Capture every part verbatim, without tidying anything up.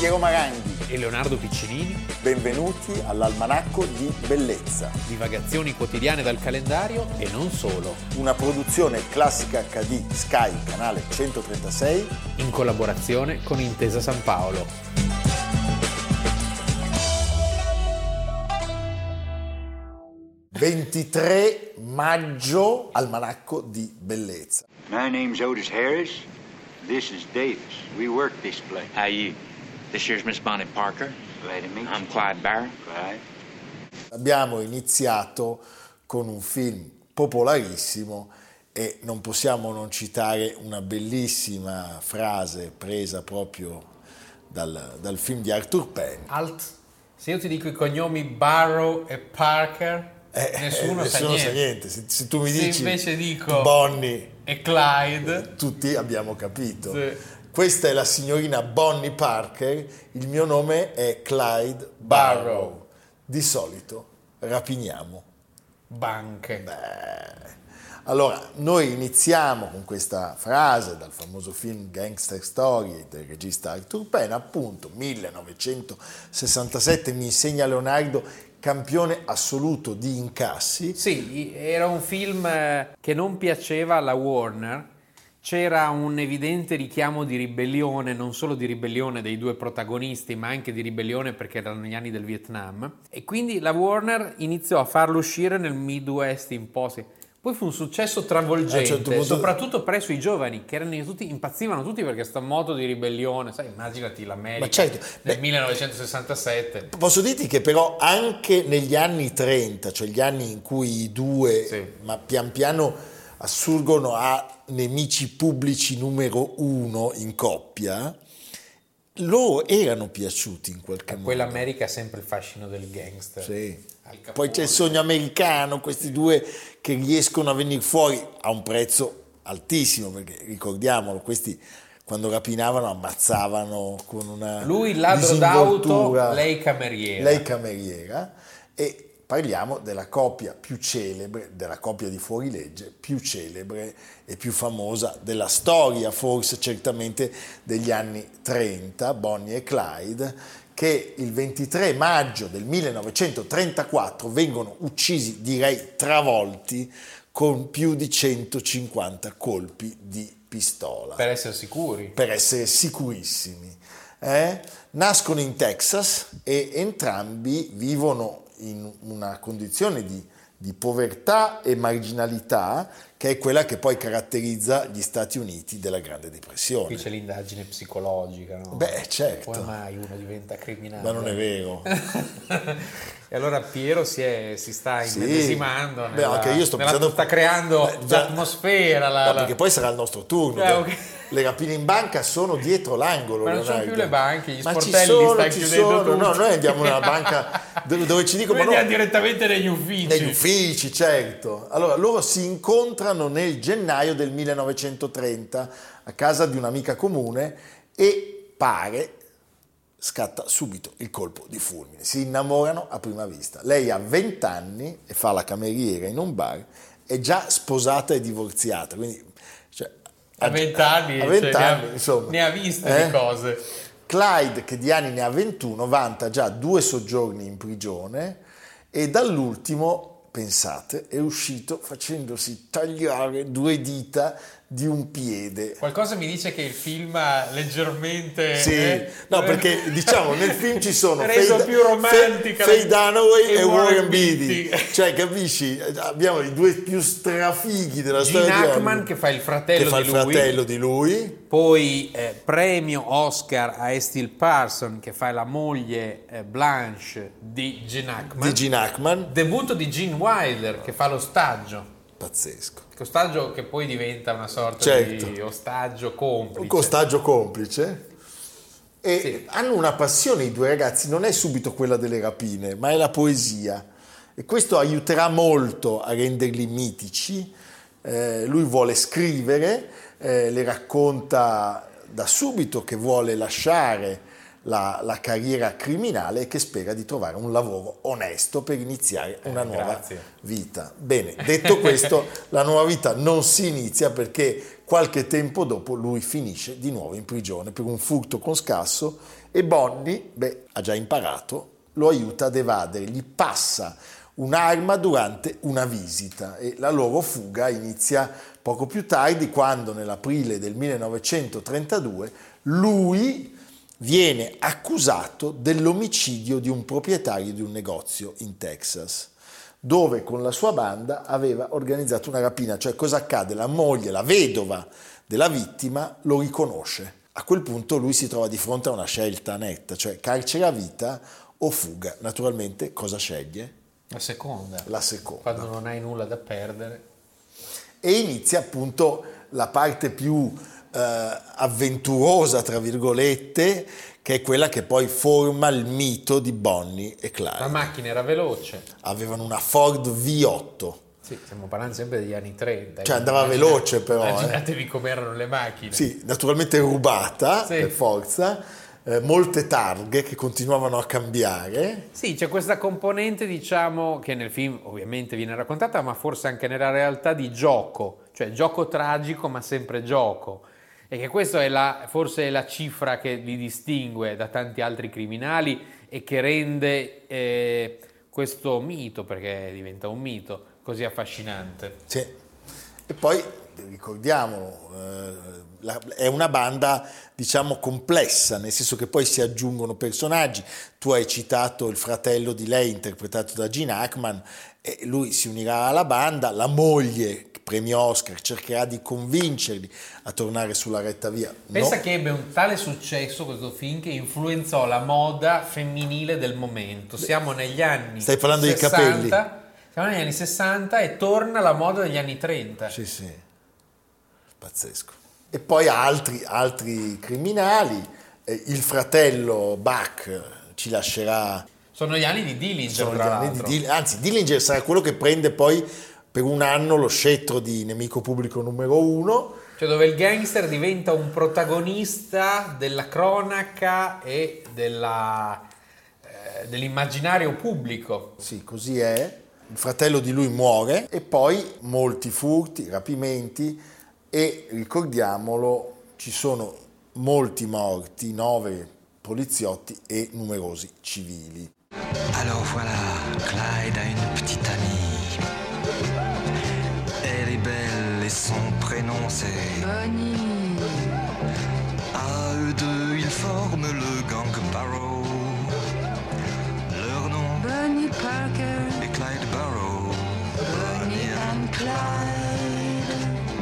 Piero Maranghi e Leonardo Piccinini. Benvenuti all'Almanacco di Bellezza. Divagazioni quotidiane dal calendario e non solo. Una produzione Classica acca di Sky, canale centotrentasei, in collaborazione con Intesa San Paolo. ventitré maggio, Almanacco di Bellezza. My name's Otis Harris. This is Davis. We work this place. How you? This here's Miss Bonnie Parker. Glad to meet you. I'm Clyde Barron. Clyde. Abbiamo iniziato con un film popolarissimo e non possiamo non citare una bellissima frase presa proprio dal, dal film di Arthur Penn. Alt, se io ti dico i cognomi Barrow e Parker, Eh, nessuno, eh, sa nessuno niente. sa niente. Se, se tu mi Se dici invece dico Bonnie e Clyde, tutti abbiamo capito. Sì. Questa è la signorina Bonnie Parker, il mio nome è Clyde Barrow. Barrow. Di solito rapiniamo. banche. Beh. Allora, noi iniziamo con questa frase dal famoso film Gangster Story del regista Arthur Penn, appunto millenovecentosessantasette, mi insegna Leonardo, campione assoluto di incassi. Sì, era un film che non piaceva alla Warner. C'era un evidente richiamo di ribellione, non solo di ribellione dei due protagonisti, ma anche di ribellione perché erano gli anni del Vietnam. E quindi la Warner iniziò a farlo uscire nel Midwest in posti. Poi fu un successo travolgente, A un certo punto... soprattutto presso i giovani, che erano tutti, impazzivano tutti perché sta moto di ribellione, sai, immaginati l'America certo, nel beh, millenovecentosessantasette. Posso dirti che però anche negli anni trenta, cioè gli anni in cui i due, Sì. ma pian piano assurgono a nemici pubblici numero uno in coppia, loro erano piaciuti in qualche modo. Quell'America ha sempre il fascino del gangster. Sì. Al Capone. Poi c'è il sogno americano, questi due che riescono a venire fuori a un prezzo altissimo, perché ricordiamolo, questi quando rapinavano ammazzavano con una Lui ladro d'auto, disinvoltura, lei cameriera. lei cameriera, e parliamo della coppia più celebre, della coppia di fuorilegge più celebre e più famosa della storia, forse certamente degli anni trenta, Bonnie e Clyde, che il ventitré maggio del millenovecentotrentaquattro vengono uccisi, direi travolti, con più di centocinquanta colpi di pistola. Per essere sicuri. Per essere sicurissimi. Eh? Nascono in Texas e entrambi vivono in una condizione di, di povertà e marginalità, che è quella che poi caratterizza gli Stati Uniti della Grande Depressione. Qui c'è l'indagine psicologica, no? Beh, certo. Come mai uno diventa criminale? Ma non è vero. E allora Piero si, è, si sta Sì. immedesimando nella, Beh, anche io sto nella- pensando- sta creando Beh, già- l'atmosfera. La, No, la- perché poi sarà il nostro turno. Ah, ok. Le rapine in banca sono dietro l'angolo. Ma non sono Leonardo. più le banche, gli Ma ci sportelli sono, li stai ci chiudendo sono. tutti. No, noi andiamo nella banca dove, dove ci dicono: Noi ma no, andiamo direttamente negli uffici. negli uffici, certo. Allora, loro si incontrano nel gennaio del millenovecentotrenta a casa di un'amica comune e pare scatta subito il colpo di fulmine. Si innamorano a prima vista. Lei ha venti anni e fa la cameriera in un bar, è già sposata e divorziata, quindi cioè, A vent'anni, a venti cioè, ne ha- anni, insomma. ne ha viste Eh? di cose. Clyde, che di anni ne ha ventuno, vanta già due soggiorni in prigione e dall'ultimo, pensate, è uscito facendosi tagliare due dita di un piede. Qualcosa mi dice che il film ha leggermente... Sì, eh, no, perché diciamo nel film ci sono reso Faye, più romantica Faye Dunaway e e Warren Warren Beatty, Beatty. cioè capisci, abbiamo i due più strafighi della Gene storia di Hackman Hollywood, che fa il fratello che fa di il lui. fratello di lui. Poi eh, premio Oscar a Estill Parson che fa la moglie eh, Blanche di Gene Hackman. di Gene Hackman, Debutto di Gene Wilder che fa l'ostaggio. pazzesco. Ostaggio che poi diventa una sorta Certo. di ostaggio complice. Un costaggio complice. E Sì. hanno una passione i due ragazzi, non è subito quella delle rapine, ma è la poesia. E questo aiuterà molto a renderli mitici. Eh, lui vuole scrivere, eh, le racconta da subito che vuole lasciare la, la carriera criminale e che spera di trovare un lavoro onesto per iniziare una Eh, nuova grazie. vita. Bene, detto questo, la nuova vita non si inizia perché qualche tempo dopo lui finisce di nuovo in prigione per un furto con scasso e Bonnie, beh, ha già imparato, lo aiuta ad evadere, gli passa un'arma durante una visita e la loro fuga inizia poco più tardi quando nell'aprile del millenovecentotrentadue lui viene accusato dell'omicidio di un proprietario di un negozio in Texas, dove con la sua banda aveva organizzato una rapina. Cioè cosa accade? La moglie, la vedova della vittima, lo riconosce. A quel punto lui si trova di fronte a una scelta netta, cioè carcere a vita o fuga. Naturalmente cosa sceglie? La seconda. La seconda. Quando non hai nulla da perdere. E inizia appunto la parte più eh, avventurosa, tra virgolette, che è quella che poi forma il mito di Bonnie e Clyde. La macchina era veloce. Avevano una Ford V otto. Sì, stiamo parlando sempre degli anni trenta. Cioè andava veloce però. Eh. Immaginatevi com'erano le macchine. Sì, naturalmente rubata, Sì. per forza, eh, molte targhe che continuavano a cambiare. Sì, c'è questa componente, diciamo, che nel film ovviamente viene raccontata, ma forse anche nella realtà di gioco, cioè gioco tragico ma sempre gioco. E che questa è la, forse è la cifra che li distingue da tanti altri criminali e che rende eh, questo mito, perché diventa un mito, così affascinante. Sì. E poi, ricordiamo, eh, la, è una banda, diciamo, complessa, nel senso che poi si aggiungono personaggi. Tu hai citato il fratello di lei, interpretato da Gene Hackman, e lui si unirà alla banda, la moglie, premio Oscar, cercherà di convincerli a tornare sulla retta via. Pensa No. che ebbe un tale successo questo film che influenzò la moda femminile del momento. Siamo negli anni Stai parlando dei sessanta, capelli. Siamo negli anni sessanta e torna la moda degli anni trenta. Sì, sì, pazzesco. E poi altri, altri criminali, eh, il fratello Buck ci lascerà. Sono gli anni di Dillinger, Sono gli tra anni di l'altro. Dill- anzi, Dillinger sarà quello che prende poi per un anno lo scettro di nemico pubblico numero uno. Cioè dove il gangster diventa un protagonista della cronaca e della, eh, dell'immaginario pubblico. Sì, così è. Il fratello di lui muore e poi molti furti, rapimenti e, ricordiamolo, ci sono molti morti, nove poliziotti e numerosi civili. Alors voilà, Clyde a une petite amie. Elle est belle et son prénom c'est Bonnie. À eux deux, ils forment le gang Barrow. Leur nom Bonnie Parker. est Clyde Barrow. Bonnie and Clyde.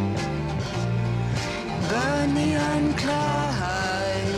Bonnie and Clyde.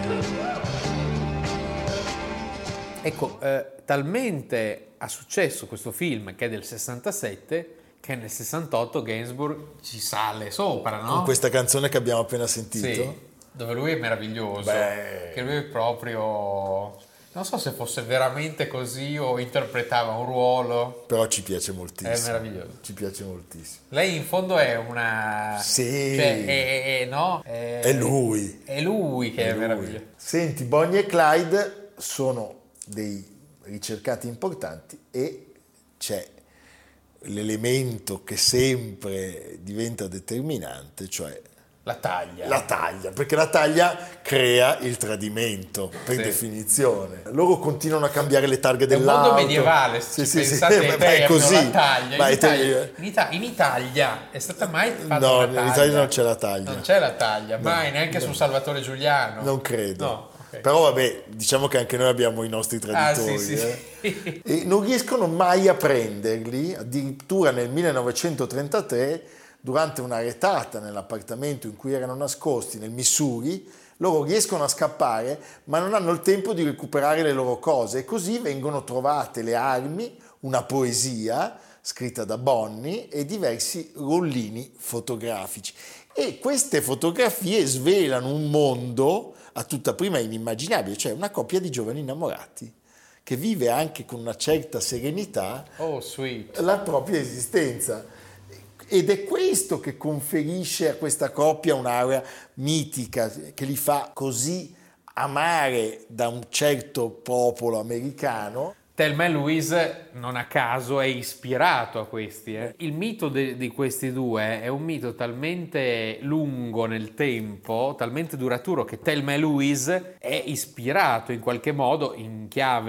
Ecco, eh, talmente ha successo questo film, che è del sessantasette, che nel sessantotto Gainsbourg ci sale sopra, no? Con questa canzone che abbiamo appena sentito. Sì, dove lui è meraviglioso. Beh. Che lui è proprio... Non so se fosse veramente così o interpretava un ruolo. Però ci piace moltissimo. È meraviglioso. Ci piace moltissimo. Lei in fondo è una... Sì. Cioè, è, è- è- no? È, È lui. È lui che è, È lui. meraviglioso. Senti, Bonnie e Clyde sono dei ricercati importanti e c'è l'elemento che sempre diventa determinante, cioè La taglia. la taglia, perché la taglia crea il tradimento, per Sì. definizione. Loro continuano a cambiare le targhe È un dell'auto. mondo medievale, Sì, se sì, sì, pensate, ma beh, è così. La taglia. Ma In è Italia, te- in, Ita- in Italia è stata mai fatta No, una in taglia? Italia non c'è la taglia. Non c'è la taglia, mai, neanche su Salvatore Giuliano. Non credo. No, ok. Però vabbè, diciamo che anche noi abbiamo i nostri Ah, traditori. sì, sì, eh. sì. E non riescono mai a prenderli, addirittura nel millenovecentotrentatré, durante una retata nell'appartamento in cui erano nascosti nel Missouri, loro riescono a scappare ma non hanno il tempo di recuperare le loro cose e così vengono trovate le armi, una poesia scritta da Bonnie e diversi rollini fotografici. E queste fotografie svelano un mondo a tutta prima inimmaginabile, cioè una coppia di giovani innamorati che vive anche con una certa serenità Oh, sweet. la propria esistenza. Ed è questo che conferisce a questa coppia un'aura mitica, che li fa così amare da un certo popolo americano. Thelma e Louise non a caso è ispirato a questi. Eh. Il mito de- di questi due è un mito talmente lungo nel tempo, talmente duraturo, che Thelma e Louise è ispirato in qualche modo in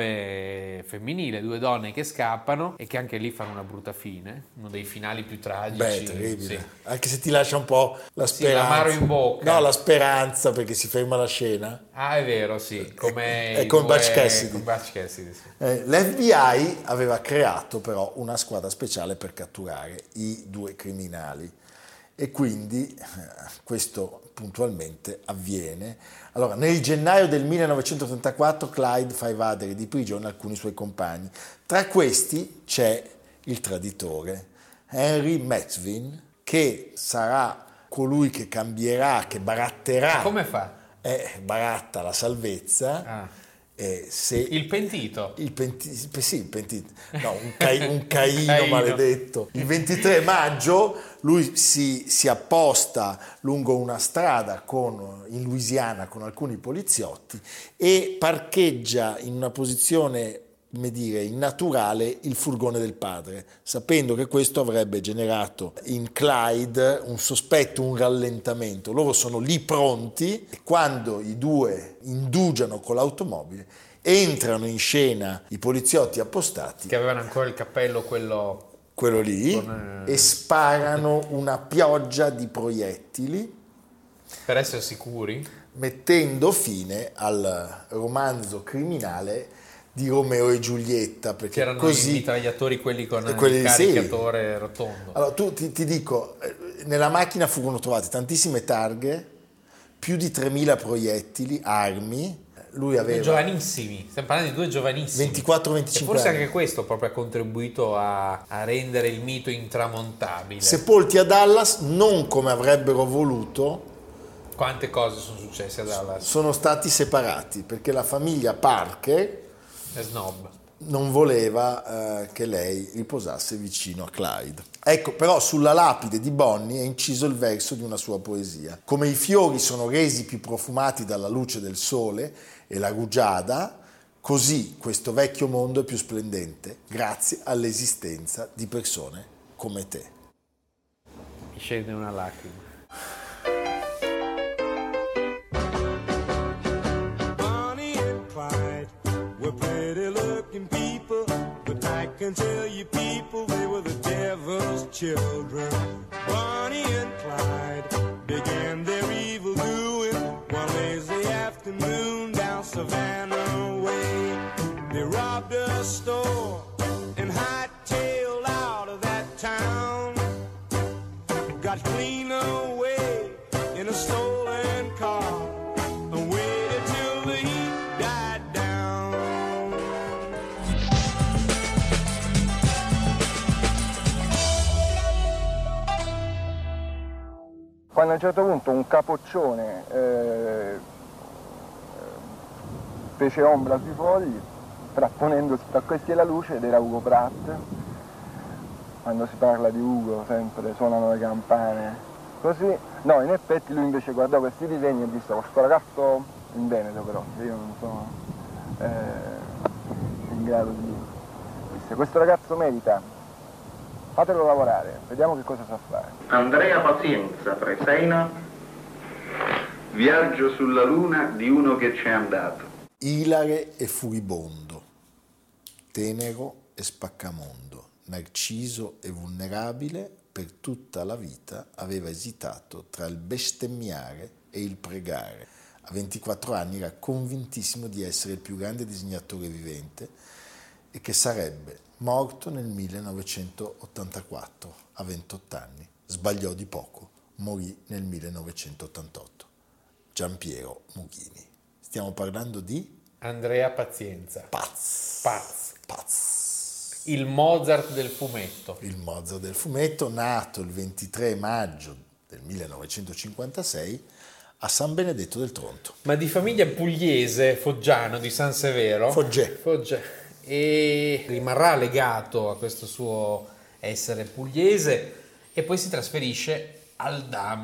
chiave femminile, due donne che scappano e che anche lì fanno una brutta fine, uno dei finali più tragici. Beh, terribile. Sì. Anche se ti lascia un po' la Sì, speranza. l'amaro in bocca. No, la speranza, perché si ferma la scena. Ah, è vero, sì. Come È i con due- Butch Cassidy. con Butch Cassidy, sì. Eh, L'F B I aveva creato però una squadra speciale per catturare i due criminali e quindi eh, questo puntualmente avviene. Allora, nel gennaio del millenovecentottantaquattro Clyde fa evadere di prigione alcuni suoi compagni. Tra questi c'è il traditore, Henry Metzvin, che sarà colui che cambierà, che baratterà. Come fa? Eh, baratta la salvezza. Ah. Eh, se Il pentito. il pentito, sì, il pentito, no, un, cai, un Caino, Caino. maledetto. Il ventitré maggio lui si, si apposta lungo una strada con, in Louisiana con alcuni poliziotti e parcheggia in una posizione, come dire, innaturale il furgone del padre, sapendo che questo avrebbe generato in Clyde un sospetto, un rallentamento. Loro sono lì pronti e quando i due indugiano con l'automobile entrano in scena i poliziotti appostati, Che avevano ancora il cappello, quello... quello lì, Con, eh, e sparano una pioggia di proiettili, Per essere sicuri. mettendo fine al romanzo criminale di Romeo e Giulietta, perché C'erano così i mitragliatori, quelli con e quelli il di serie. caricatore rotondo. Allora, tu ti, ti dico, eh, nella macchina furono trovate tantissime targhe, più di tremila proiettili, armi. Lui Due aveva giovanissimi, stiamo parlando di due giovanissimi. ventiquattro E venticinque forse anni. anche questo proprio ha contribuito a, a rendere il mito intramontabile. Sepolti a Dallas non come avrebbero voluto, Quante cose sono successe a Dallas? sono stati separati perché la famiglia Parker È snob. non voleva eh, che lei riposasse vicino a Clyde. Ecco, però sulla lapide di Bonnie è inciso il verso di una sua poesia. Come i fiori sono resi più profumati dalla luce del sole e la rugiada, così questo vecchio mondo è più splendente, grazie all'esistenza di persone come te. Mi scende una lacrima. Bonnie and Clyde were pretty looking people, but I can tell you people they were the devil's children. Bonnie and Clyde began their evil doing one lazy afternoon down Savannah way. They robbed a store and hightailed out of that town. Got clean away in a stolen car and waited till the heat died down. Quando a un certo punto un capoccione eh, fece ombra sui fogli, frapponendosi tra questi e la luce, ed era Ugo Pratt. Quando si parla di Ugo sempre suonano le campane, così. No, in effetti lui invece guardò questi disegni e disse: questo ragazzo in Veneto, però io non sono eh, in grado di... disse: questo ragazzo merita, fatelo lavorare, vediamo che cosa sa fare. Andrea Pazienza presenta Viaggio sulla luna di uno che c'è andato. Ilare e furibondo, tenero e spaccamondo, narciso e vulnerabile, per tutta la vita aveva esitato tra il bestemmiare e il pregare. A ventiquattro anni era convintissimo di essere il più grande disegnatore vivente e che sarebbe morto nel millenovecentottantaquattro, a ventotto anni. Sbagliò di poco, morì nel millenovecentottantotto. Giampiero Mughini. Stiamo parlando di Andrea Pazienza. Paz. Paz. Paz. Il Mozart del fumetto. Il Mozart del fumetto, nato il ventitré maggio del millenovecentocinquantasei a San Benedetto del Tronto. Ma di famiglia pugliese, foggiano, di San Severo. Foggè. Foggè. E rimarrà legato a questo suo essere pugliese e poi si trasferisce al D A M S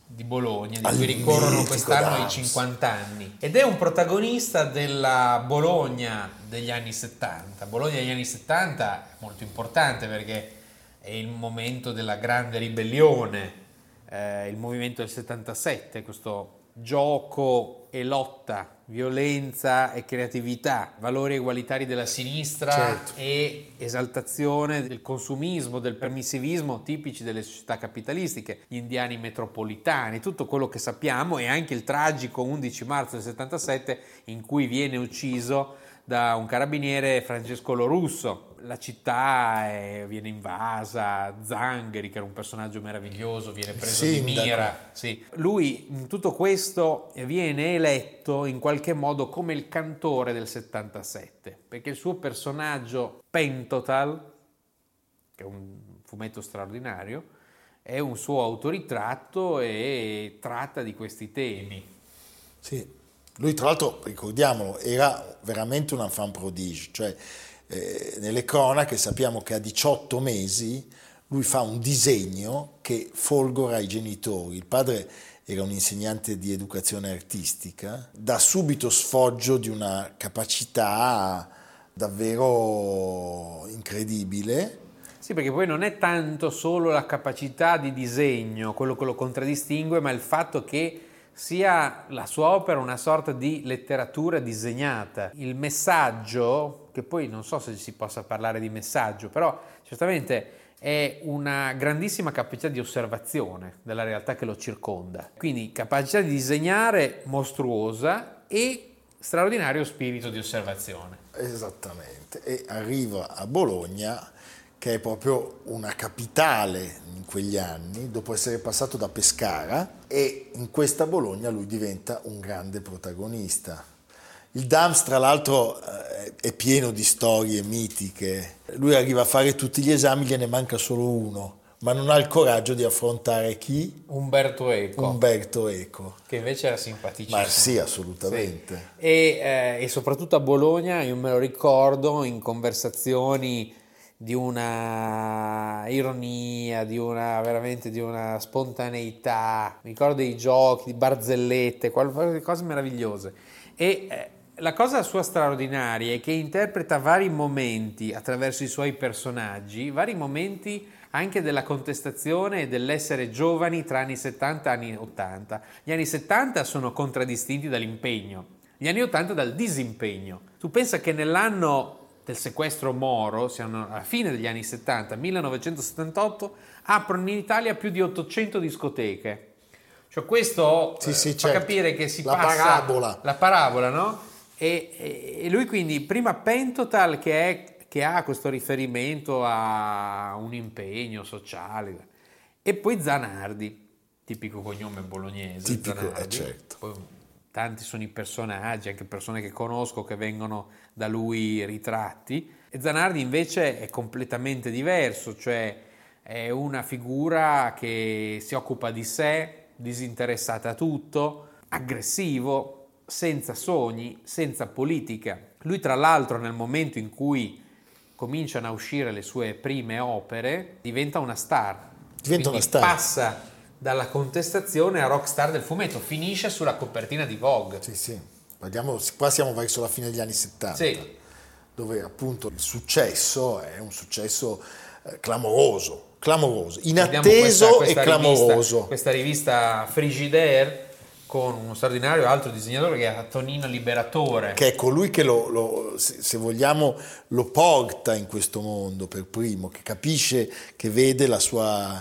di Bologna, di Al cui ricorrono mitico quest'anno i Dams. cinquanta anni, ed è un protagonista della Bologna degli anni settanta. Bologna degli anni settanta è molto importante perché è il momento della grande ribellione, eh, il movimento del settantasette, questo gioco e lotta, violenza e creatività, valori egualitari della sinistra, certo, e esaltazione del consumismo, del permissivismo tipici delle società capitalistiche, gli indiani metropolitani, tutto quello che sappiamo, e anche il tragico undici marzo del settantasette in cui viene ucciso da un carabiniere Francesco Lorusso. La città è, viene invasa, Zangheri, che era un personaggio meraviglioso, viene preso di mira. Sì. Lui in tutto questo viene eletto in qualche modo come il cantore del settantasette, perché il suo personaggio Pentotal, che è un fumetto straordinario, è un suo autoritratto e tratta di questi temi. Sì. Lui tra l'altro, ricordiamolo, era veramente un enfant prodige, cioè eh, nelle cronache sappiamo che a diciotto mesi lui fa un disegno che folgora i genitori. Il padre era un insegnante di educazione artistica, dà subito sfoggio di una capacità davvero incredibile. Sì, perché poi non è tanto solo la capacità di disegno quello che lo contraddistingue, ma il fatto che sia la sua opera una sorta di letteratura disegnata. Il messaggio, che poi non so se si possa parlare di messaggio, però certamente è una grandissima capacità di osservazione della realtà che lo circonda. Quindi capacità di disegnare mostruosa e straordinario spirito di osservazione. Esattamente, e arriva a Bologna, che è proprio una capitale in quegli anni, dopo essere passato da Pescara, e in questa Bologna lui diventa un grande protagonista. Il Dams, tra l'altro, è pieno di storie mitiche. Lui arriva a fare tutti gli esami, gliene manca solo uno, ma non ha il coraggio di affrontare chi? Umberto Eco. Umberto Eco. Che invece era simpaticissimo. Ma sì, assolutamente. Sì. E, eh, e soprattutto a Bologna, io me lo ricordo in conversazioni di una ironia, di una veramente di una spontaneità, mi ricordo dei giochi, di barzellette, cose meravigliose. E eh, la cosa sua straordinaria è che interpreta vari momenti attraverso i suoi personaggi, vari momenti anche della contestazione e dell'essere giovani tra anni settanta e anni ottanta. Gli anni settanta sono contraddistinti dall'impegno, gli anni ottanta dal disimpegno. Tu pensa che nell'anno del sequestro Moro, siamo alla fine degli anni settanta, millenovecentosettantotto, aprono in Italia più di ottocento discoteche. Cioè questo sì, sì, eh, fa certo. capire che si la passa... parabola. La parabola, no? E, e, e lui quindi, prima Pentotal, che, è, che ha questo riferimento a un impegno sociale, e poi Zanardi, tipico cognome bolognese. Tipico, Zanardi. eh, certo. Poi, tanti sono i personaggi, anche persone che conosco che vengono da lui ritratti, e Zanardi invece è completamente diverso, cioè è una figura che si occupa di sé, disinteressata a tutto, aggressivo, senza sogni, senza politica. Lui tra l'altro nel momento in cui cominciano a uscire le sue prime opere diventa una star, diventa una star. Passa dalla contestazione a rockstar del fumetto, finisce sulla copertina di Vogue. Sì, sì. Vediamo, qua siamo verso la fine degli anni settanta, sì, dove appunto il successo è un successo eh, clamoroso, clamoroso, inatteso questa, questa e clamoroso. Rivista, questa rivista Frigidaire con uno straordinario altro disegnatore che è Tonino Liberatore. Che è colui che lo, lo se, se vogliamo, lo porta in questo mondo per primo, che capisce, che vede la sua...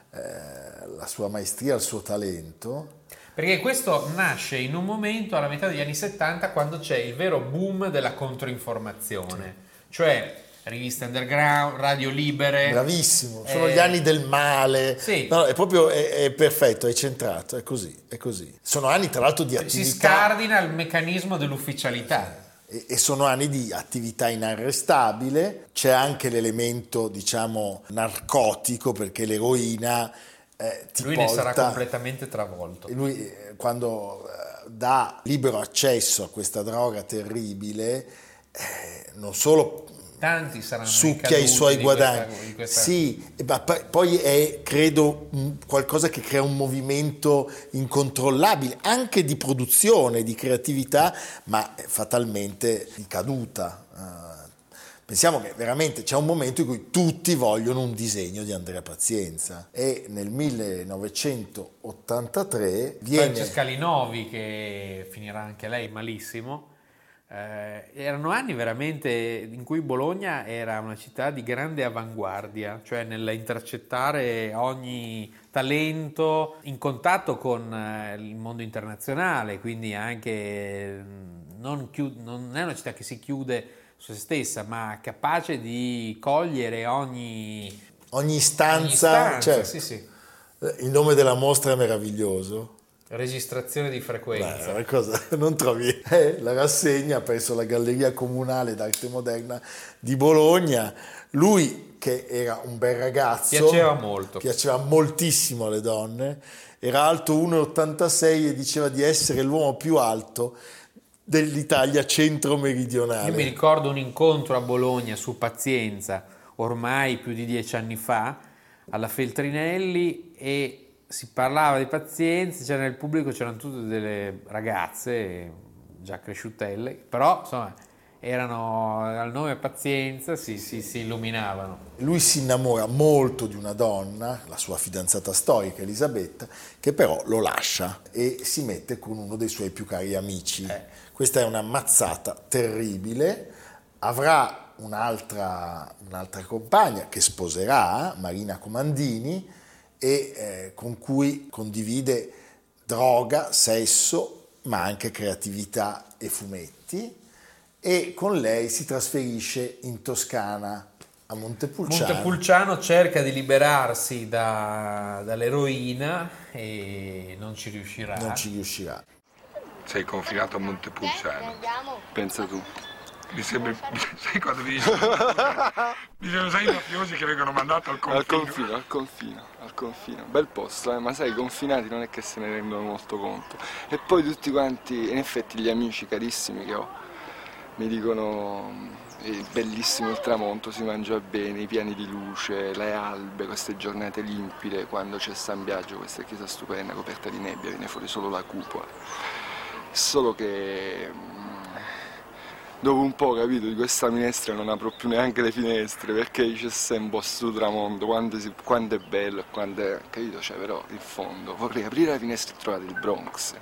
Eh, la sua maestria, il suo talento. Perché questo nasce in un momento alla metà degli anni settanta, quando c'è il vero boom della controinformazione, sì. Cioè riviste underground, radio libere. Bravissimo, sono eh, gli anni del male. Sì. No, è proprio è, è perfetto, è centrato, è così, è così. Sono anni tra l'altro di attività. Si scardina il meccanismo dell'ufficialità. Sì. E sono anni di attività inarrestabile, c'è anche l'elemento, diciamo, narcotico, perché l'eroina eh, ti lui porta... ne sarà completamente travolto. E lui eh, quando eh, dà libero accesso a questa droga terribile, eh, non solo Tanti saranno succhia i suoi di guadagni. Questa, di questa... Sì, ma poi è, credo, qualcosa che crea un movimento incontrollabile, anche di produzione, di creatività, ma fatalmente di caduta. Pensiamo che veramente c'è un momento in cui tutti vogliono un disegno di Andrea Pazienza, e nel millenovecentottantatré viene... Francesca Linovi, che finirà anche lei malissimo. Eh, erano anni veramente in cui Bologna era una città di grande avanguardia, cioè nell'intercettare ogni talento, in contatto con eh, il mondo internazionale, quindi anche non, chiud- non è una città che si chiude su se stessa, ma capace di cogliere ogni, ogni istanza, ogni istanza cioè, sì, sì. Il nome della mostra è meraviglioso. Registrazione di frequenza. Beh, cosa, non trovi? Eh, la rassegna presso la Galleria Comunale d'Arte Moderna di Bologna. Lui, che era un bel ragazzo, piaceva molto, piaceva moltissimo alle donne, era alto uno virgola ottantasei e diceva di essere l'uomo più alto dell'Italia centro-meridionale. Io mi ricordo un incontro a Bologna su Pazienza, ormai più di dieci anni fa, alla Feltrinelli, e si parlava di Pazienza, cioè nel pubblico c'erano tutte delle ragazze già cresciutelle, però insomma erano al nome Pazienza, si, si, si illuminavano. Lui si innamora molto di una donna, la sua fidanzata storica Elisabetta, che però lo lascia e si mette con uno dei suoi più cari amici. Eh. Questa è una mazzata terribile. Avrà un'altra, un'altra compagna che sposerà, Marina Comandini, e eh, con cui condivide droga, sesso, ma anche creatività e fumetti, e con lei si trasferisce in Toscana, a Montepulciano. Montepulciano cerca di liberarsi da, dall'eroina e non ci riuscirà. Non ci riuscirà. Sei confinato a Montepulciano. Pensa tu. Mi sembra, sai quando mi dicono, mi dicono, sai i mafiosi che vengono mandati al confino? Al confino, al confino, al confino. Bel posto, eh? Ma sai, i confinati non è che se ne rendono molto conto. E poi tutti quanti, in effetti gli amici carissimi che ho, mi dicono, è bellissimo il tramonto, si mangia bene, i piani di luce, le albe, queste giornate limpide, quando c'è San Biagio, questa chiesa stupenda, coperta di nebbia, viene fuori solo la cupola. Solo che... dopo un po', capito, di questa minestra non apro più neanche le finestre, perché c'è sempre questo tramonto, quanto, si, quanto è bello e quanto è, capito? Cioè, però, in fondo, vorrei aprire la finestra e trovare il Bronx.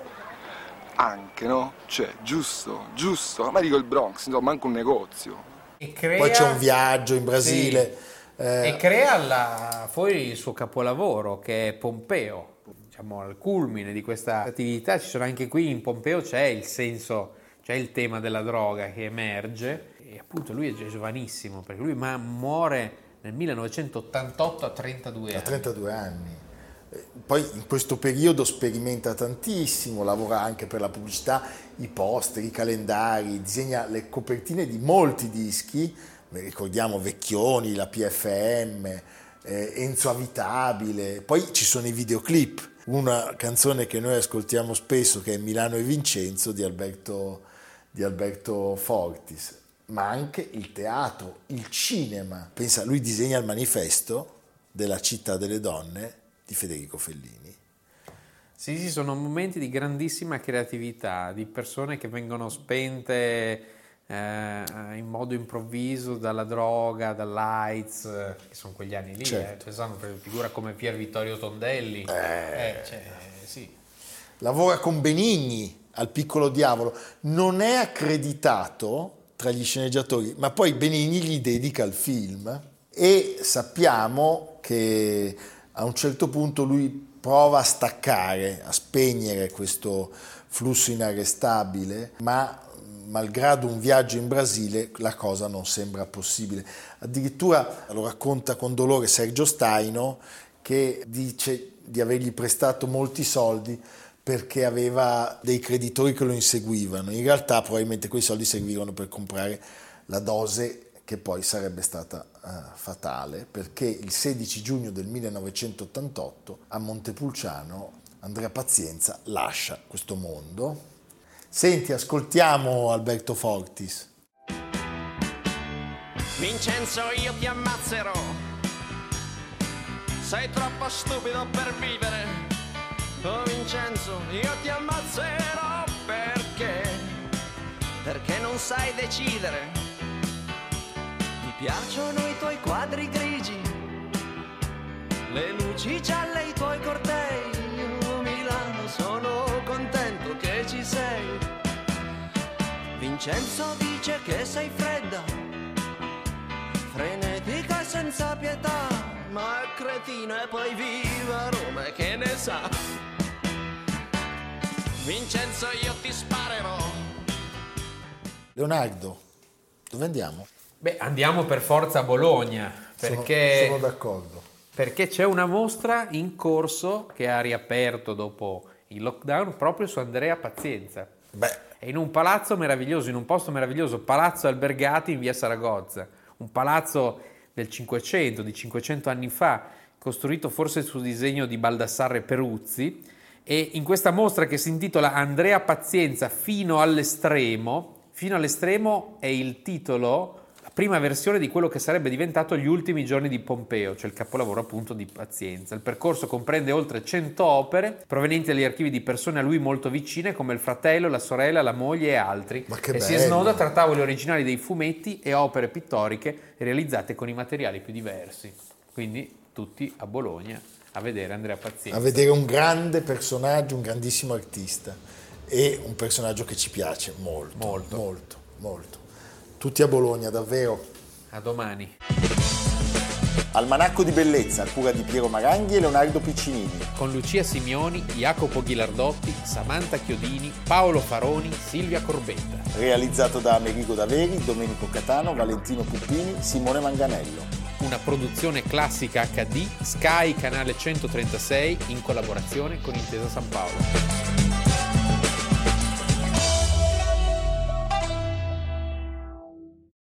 Anche, no? Cioè, giusto, giusto, ma dico il Bronx, insomma, anche un negozio. E crea... Poi c'è un viaggio in Brasile. Sì. Eh... E crea la... poi il suo capolavoro, che è Pompeo. Diciamo, al culmine di questa attività, ci sono anche qui in Pompeo, c'è il senso... c'è il tema della droga che emerge, e appunto lui è giovanissimo, perché lui ma muore nel millenovecentottantotto a trentadue anni. A trentadue anni. Poi in questo periodo sperimenta tantissimo, lavora anche per la pubblicità, i poster, i calendari, disegna le copertine di molti dischi, ricordiamo Vecchioni, la P F M, eh, Enzo Avitabile, poi ci sono i videoclip, una canzone che noi ascoltiamo spesso che è Milano e Vincenzo di Alberto di Alberto Fortis, ma anche il teatro, il cinema. Pensa, lui disegna il manifesto della Città delle Donne di Federico Fellini. Sì, sì, sono momenti di grandissima creatività, di persone che vengono spente eh, in modo improvviso dalla droga, dall'AIDS, che sono quegli anni lì. Certo. Eh. Pensando per figura come Pier Vittorio Tondelli. Eh. Eh, cioè, sì. Lavora con Benigni al Piccolo Diavolo, non è accreditato tra gli sceneggiatori, ma poi Benigni gli dedica il film, e sappiamo che a un certo punto lui prova a staccare, a spegnere questo flusso inarrestabile, ma malgrado un viaggio in Brasile la cosa non sembra possibile. Addirittura lo racconta con dolore Sergio Staino, che dice di avergli prestato molti soldi perché aveva dei creditori che lo inseguivano. In realtà probabilmente quei soldi servivano per comprare la dose che poi sarebbe stata uh, fatale, perché il sedici giugno del millenovecentottantotto a Montepulciano Andrea Pazienza lascia questo mondo. Senti, ascoltiamo Alberto Fortis. Vincenzo, io ti ammazzerò. Sei troppo stupido per vivere. Oh Vincenzo, io ti ammazzerò. Perché? Perché non sai decidere. Mi piacciono i tuoi quadri grigi, le luci gialle, i tuoi cortei. Io Milano sono contento che ci sei. Vincenzo dice che sei fredda, frenetica e senza pietà, ma è cretino e poi viva Roma e che ne sa. Vincenzo, io ti sparerò. Leonardo, dove andiamo? Beh, andiamo per forza a Bologna, perché, sono, sono d'accordo. Perché c'è una mostra in corso che ha riaperto dopo il lockdown proprio su Andrea Pazienza. Beh. È in un palazzo meraviglioso, in un posto meraviglioso, Palazzo Albergati in via Saragozza, un palazzo del Cinquecento, di cinquecento anni fa, costruito forse su disegno di Baldassarre Peruzzi, e in questa mostra che si intitola Andrea Pazienza fino all'estremo, fino all'estremo è il titolo, la prima versione di quello che sarebbe diventato Gli ultimi giorni di Pompeo, cioè il capolavoro appunto di Pazienza. Il percorso comprende oltre cento opere provenienti dagli archivi di persone a lui molto vicine come il fratello, la sorella, la moglie e altri. Ma che e bello. Si snoda tra tavoli originali dei fumetti e opere pittoriche realizzate con i materiali più diversi. Quindi tutti a Bologna a vedere Andrea Pazienza. A vedere un grande personaggio, un grandissimo artista e un personaggio che ci piace molto, Molto. molto, molto. Tutti a Bologna, davvero. A domani. Almanacco di bellezza, a cura di Piero Maranghi e Leonardo Piccinini. Con Lucia Simioni, Jacopo Ghilardotti, Samantha Chiodini, Paolo Faroni, Silvia Corbetta. Realizzato da Amerigo Daveri, Domenico Catano, Valentino Puppini, Simone Manganello. Una produzione classica acca di Sky Canale centotrentasei in collaborazione con Intesa San Paolo.